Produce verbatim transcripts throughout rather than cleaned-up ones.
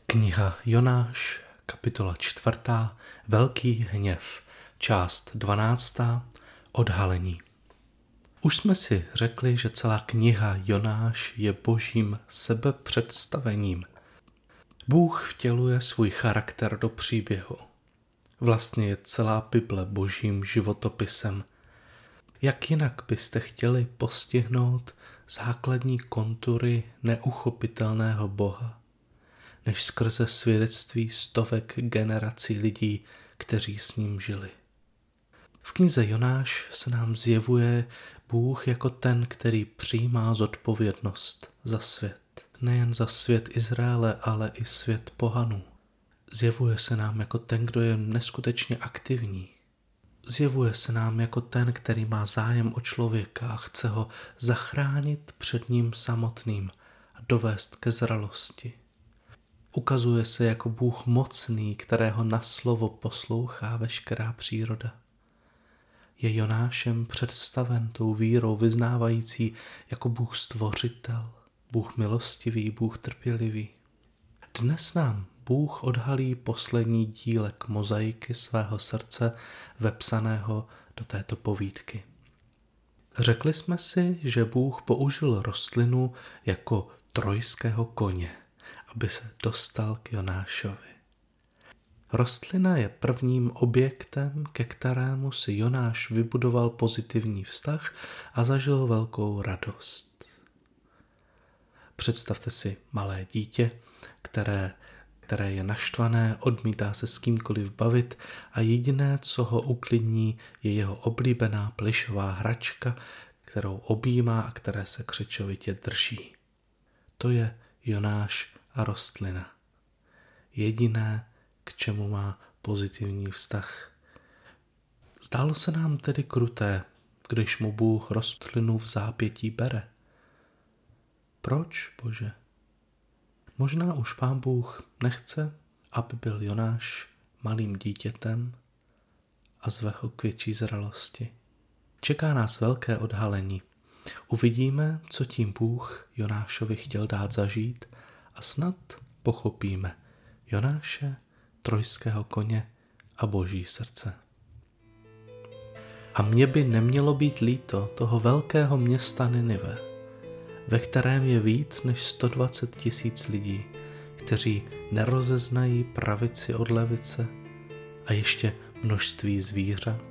Kniha Jonáš, kapitola čtvrtá, Velký hněv, část dvanáctá, Odhalení. Už jsme si řekli, že celá kniha Jonáš je božím sebepředstavením. Bůh vtěluje svůj charakter do příběhu. Vlastně je celá Bible božím životopisem. Jak jinak byste chtěli postihnout základní kontury neuchopitelného Boha, než skrze svědectví stovek generací lidí, kteří s ním žili. V knize Jonáš se nám zjevuje Bůh jako ten, který přijímá zodpovědnost za svět. Nejen za svět Izraele, ale i svět pohanů. Zjevuje se nám jako ten, kdo je neskutečně aktivní. Zjevuje se nám jako ten, který má zájem o člověka a chce ho zachránit před ním samotným a dovést ke zralosti. Ukazuje se jako Bůh mocný, kterého na slovo poslouchá veškerá příroda. Je Jonášem představen tou vírou vyznávající jako Bůh stvořitel, Bůh milostivý, Bůh trpělivý. Dnes nám Bůh odhalí poslední dílek mozaiky svého srdce vepsaného do této povídky. Řekli jsme si, že Bůh použil rostlinu jako trojského koně, aby se dostal k Jonášovi. Rostlina je prvním objektem, ke kterému si Jonáš vybudoval pozitivní vztah a zažil velkou radost. Představte si malé dítě, které, které je naštvané, odmítá se s kýmkoliv bavit a jediné, co ho uklidní, je jeho oblíbená plyšová hračka, kterou objímá a které se křečovitě drží. To je Jonáš a rostlina. Jediné, k čemu má pozitivní vztah. Zdálo se nám tedy kruté, když mu Bůh rostlinu v zápětí bere. Proč, Bože? Možná už Pán Bůh nechce, aby byl Jonáš malým dítětem a zve ho k větší zralosti. Čeká nás velké odhalení. Uvidíme, co tím Bůh Jonášovi chtěl dát zažít a snad pochopíme Jonáše, trojského koně a boží srdce. A mně by nemělo být líto toho velkého města Ninive, ve kterém je víc než sto dvacet tisíc lidí, kteří nerozeznají pravici od levice a ještě množství zvířat.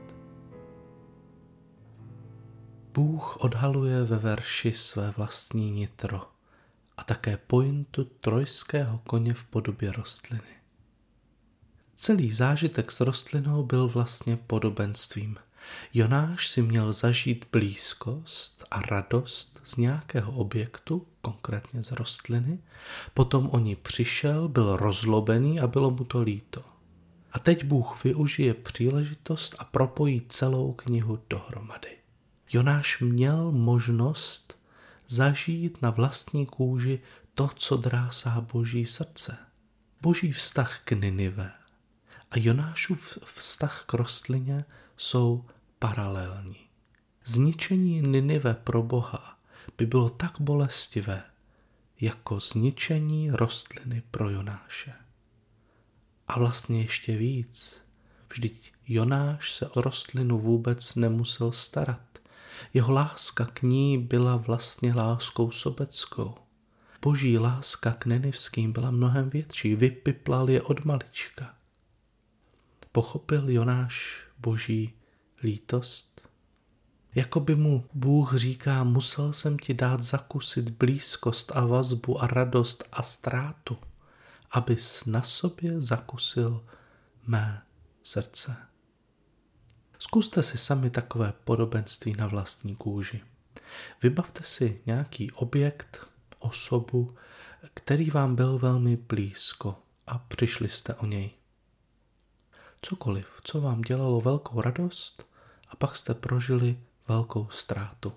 Bůh odhaluje ve verši své vlastní nitro a také pointu trojského koně v podobě rostliny. Celý zážitek s rostlinou byl vlastně podobenstvím. Jonáš si měl zažít blízkost a radost z nějakého objektu, konkrétně z rostliny, potom o ní přišel, byl rozlobený a bylo mu to líto. A teď Bůh využije příležitost a propojí celou knihu dohromady. Jonáš měl možnost zažít na vlastní kůži to, co drásá boží srdce. Boží vztah k Ninive a Jonášův vztah k rostlině jsou paralelní. Zničení Ninive pro Boha by bylo tak bolestivé, jako zničení rostliny pro Jonáše. A vlastně ještě víc. Vždyť Jonáš se o rostlinu vůbec nemusel starat. Jeho láska k ní byla vlastně láskou sobeckou. Boží láska k ninivským byla mnohem větší, vypiplal je od malička. Pochopil Jonáš boží lítost? Jakoby mu Bůh říká, musel jsem ti dát zakusit blízkost a vazbu a radost a ztrátu, abys na sobě zakusil mé srdce. Zkuste si sami takové podobenství na vlastní kůži. Vybavte si nějaký objekt, osobu, který vám byl velmi blízko a přišli jste o něj. Cokoliv, co vám dělalo velkou radost a pak jste prožili velkou ztrátu.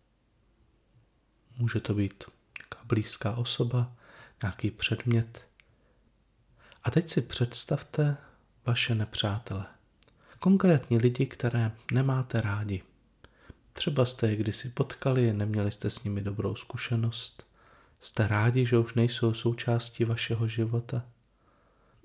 Může to být nějaká blízká osoba, nějaký předmět. A teď si představte vaše nepřátele. Konkrétní lidi, které nemáte rádi. Třeba jste je kdysi potkali, neměli jste s nimi dobrou zkušenost. Jste rádi, že už nejsou součástí vašeho života.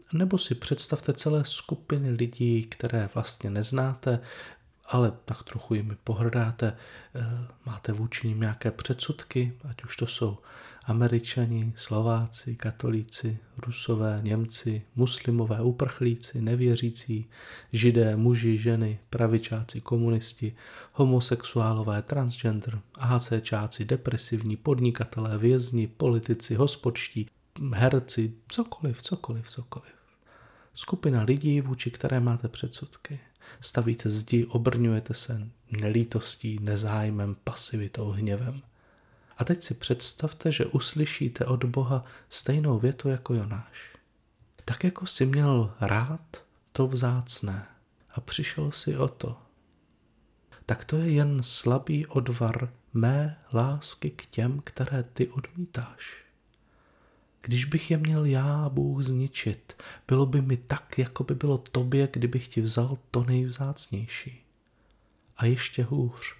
Nebo si představte celé skupiny lidí, které vlastně neznáte, ale tak trochu jimi pohrdáte, máte vůči nim nějaké předsudky, ať už to jsou Američani, Slováci, katolíci, Rusové, Němci, muslimové, uprchlíci, nevěřící, Židé, muži, ženy, pravičáci, komunisti, homosexuálové, transgender, AHCčáci, depresivní, podnikatelé, vězni, politici, hospodští, herci, cokoliv, cokoliv, cokoliv. Skupina lidí, vůči které máte předsudky. Stavíte zdi, obrňujete se nelítostí, nezájmem, pasivitou, hněvem. A teď si představte, že uslyšíte od Boha stejnou větu jako Jonáš. Tak jako jsi měl rád to vzácné a přišel si o to, tak to je jen slabý odvar mé lásky k těm, které ty odmítáš. Když bych je měl já, Bůh, zničit, bylo by mi tak, jako by bylo tobě, kdybych ti vzal to nejvzácnější. A ještě hůř.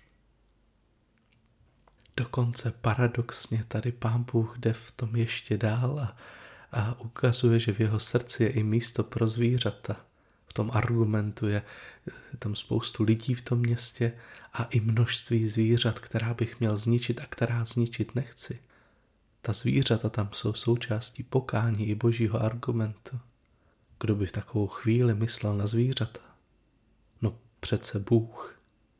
Dokonce paradoxně tady Pán Bůh jde v tom ještě dál a, a ukazuje, že v jeho srdci je i místo pro zvířata. V tom argumentu je, je tam spoustu lidí v tom městě a i množství zvířat, která bych měl zničit a která zničit nechci. Ta zvířata tam jsou součástí pokání i božího argumentu. Kdo by v takovou chvíli myslel na zvířata? No přece Bůh.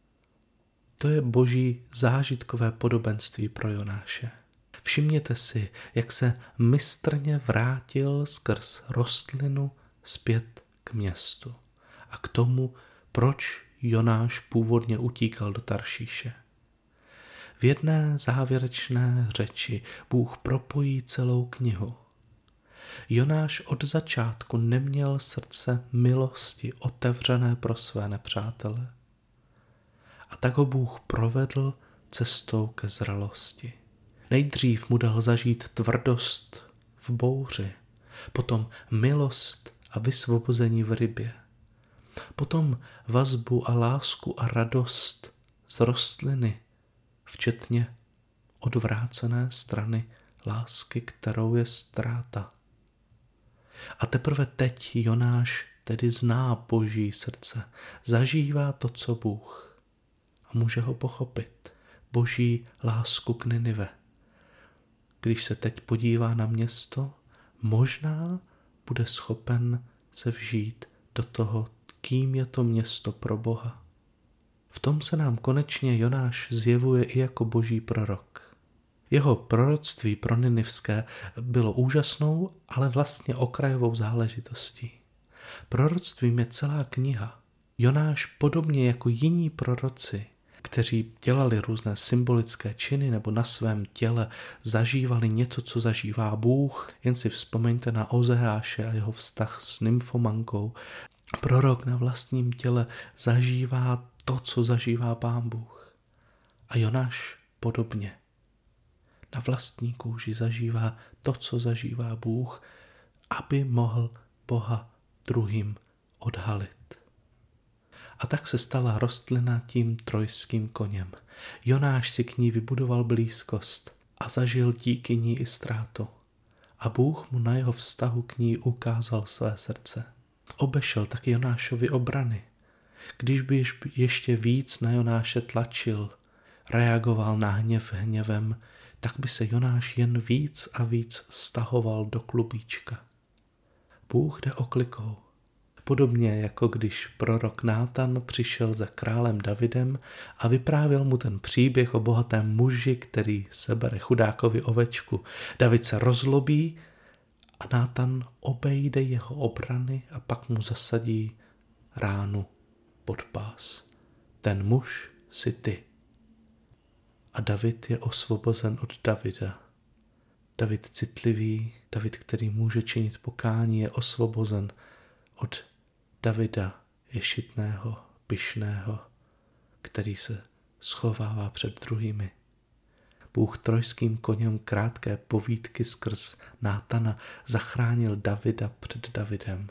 To je boží zážitkové podobenství pro Jonáše. Všimněte si, jak se mistrně vrátil skrz rostlinu zpět k městu a k tomu, proč Jonáš původně utíkal do Taršíše. V jedné závěrečné řeči Bůh propojí celou knihu. Jonáš od začátku neměl srdce milosti otevřené pro své nepřátele. A tak ho Bůh provedl cestou ke zralosti. Nejdřív mu dal zažít tvrdost v bouři, potom milost a vysvobození v rybě, potom vazbu a lásku a radost z rostliny, včetně odvrácené strany lásky, kterou je ztráta. A teprve teď Jonáš tedy zná boží srdce, zažívá to, co Bůh. A může ho pochopit, boží lásku k Ninive. Když se teď podívá na město, možná bude schopen se vžít do toho, kým je to město pro Boha. V tom se nám konečně Jonáš zjevuje i jako boží prorok. Jeho proroctví pro Ninivské bylo úžasnou, ale vlastně okrajovou záležitostí. Proroctvím je celá kniha. Jonáš podobně jako jiní proroci, kteří dělali různé symbolické činy nebo na svém těle zažívali něco, co zažívá Bůh. Jen si vzpomeňte na Ozeáše a jeho vztah s nymfomankou. Prorok na vlastním těle zažívá to, co zažívá Pán Bůh. A Jonáš podobně. Na vlastní kůži zažívá to, co zažívá Bůh, aby mohl Boha druhým odhalit. A tak se stala rostlina tím trojským koněm. Jonáš si k ní vybudoval blízkost a zažil díky ní i ztrátu. A Bůh mu na jeho vztahu k ní ukázal své srdce. Obešel tak Jonášovi obrany. Když by ještě víc na Jonáše tlačil, reagoval na hněv hněvem, tak by se Jonáš jen víc a víc stahoval do klubíčka. Bůh jde oklikou. Podobně jako když prorok Nátan přišel za králem Davidem a vyprávěl mu ten příběh o bohatém muži, který sebere chudákovi ovečku. David se rozlobí a Nátan obejde jeho obrany a pak mu zasadí ránu pod pás. Ten muž si ty. A David je osvobozen od Davida. David citlivý, David, který může činit pokání, je osvobozen od Davida ješitného, pyšného, který se schovává před druhými. Bůh trojským koněm krátké povídky skrz Nátana zachránil Davida před Davidem.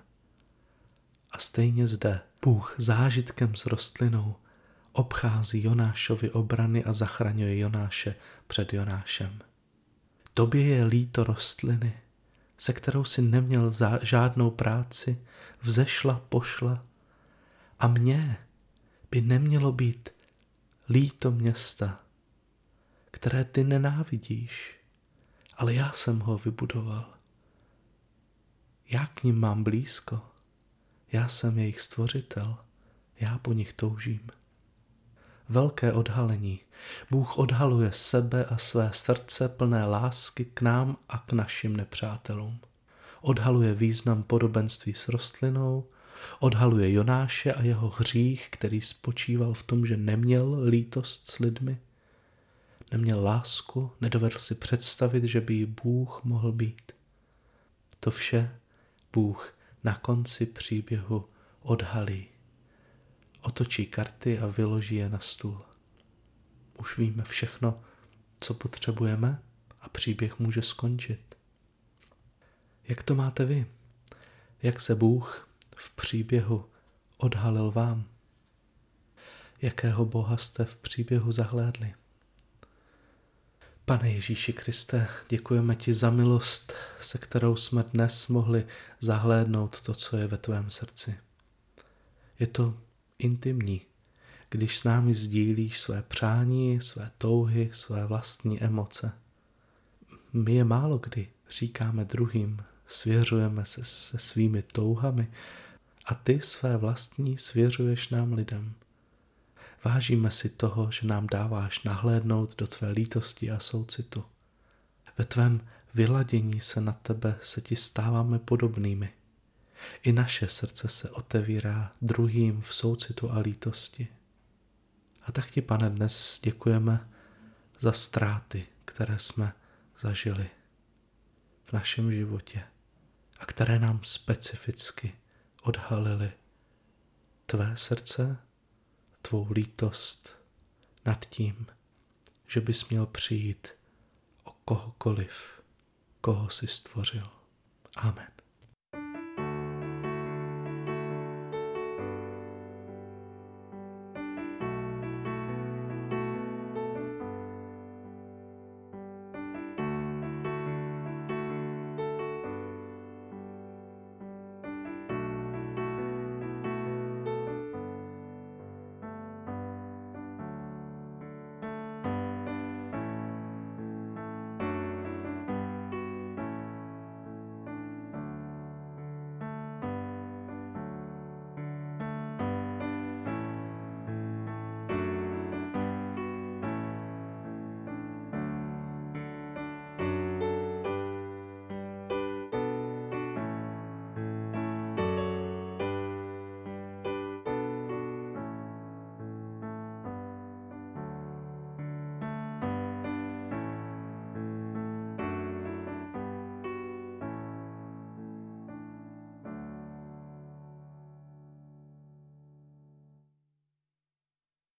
A stejně zde Bůh zážitkem s rostlinou obchází Jonášovi obrany a zachraňuje Jonáše před Jonášem. Tobě je líto rostliny, se kterou si neměl za žádnou práci, vzešla, pošla. A mně by nemělo být líto města, které ty nenávidíš, ale já jsem ho vybudoval. Já k nim mám blízko, já jsem jejich stvořitel, já po nich toužím. Velké odhalení. Bůh odhaluje sebe a své srdce plné lásky k nám a k našim nepřátelům. Odhaluje význam podobenství s rostlinou, odhaluje Jonáše a jeho hřích, který spočíval v tom, že neměl lítost s lidmi, neměl lásku, nedovedl si představit, že by jí Bůh mohl být. To vše Bůh na konci příběhu odhalí. Otočí karty a vyloží je na stůl. Už víme všechno, co potřebujeme a příběh může skončit. Jak to máte vy? Jak se Bůh v příběhu odhalil vám? Jakého Boha jste v příběhu zahlédli? Pane Ježíši Kriste, děkujeme ti za milost, se kterou jsme dnes mohli zahlédnout to, co je ve tvém srdci. Je to intimní, když s námi sdílíš své přání, své touhy, své vlastní emoce. My je málo kdy říkáme druhým, svěřujeme se se svými touhami a ty své vlastní svěřuješ nám lidem. Vážíme si toho, že nám dáváš nahlédnout do tvé lítosti a soucitu. Ve tvém vyladění se na tebe se ti stáváme podobnými. I naše srdce se otevírá druhým v soucitu a lítosti. A tak ti, Pane, dnes děkujeme za ztráty, které jsme zažili v našem životě a které nám specificky odhalily tvé srdce, tvou lítost nad tím, že bys měl přijít o kohokoliv, koho jsi stvořil. Amen.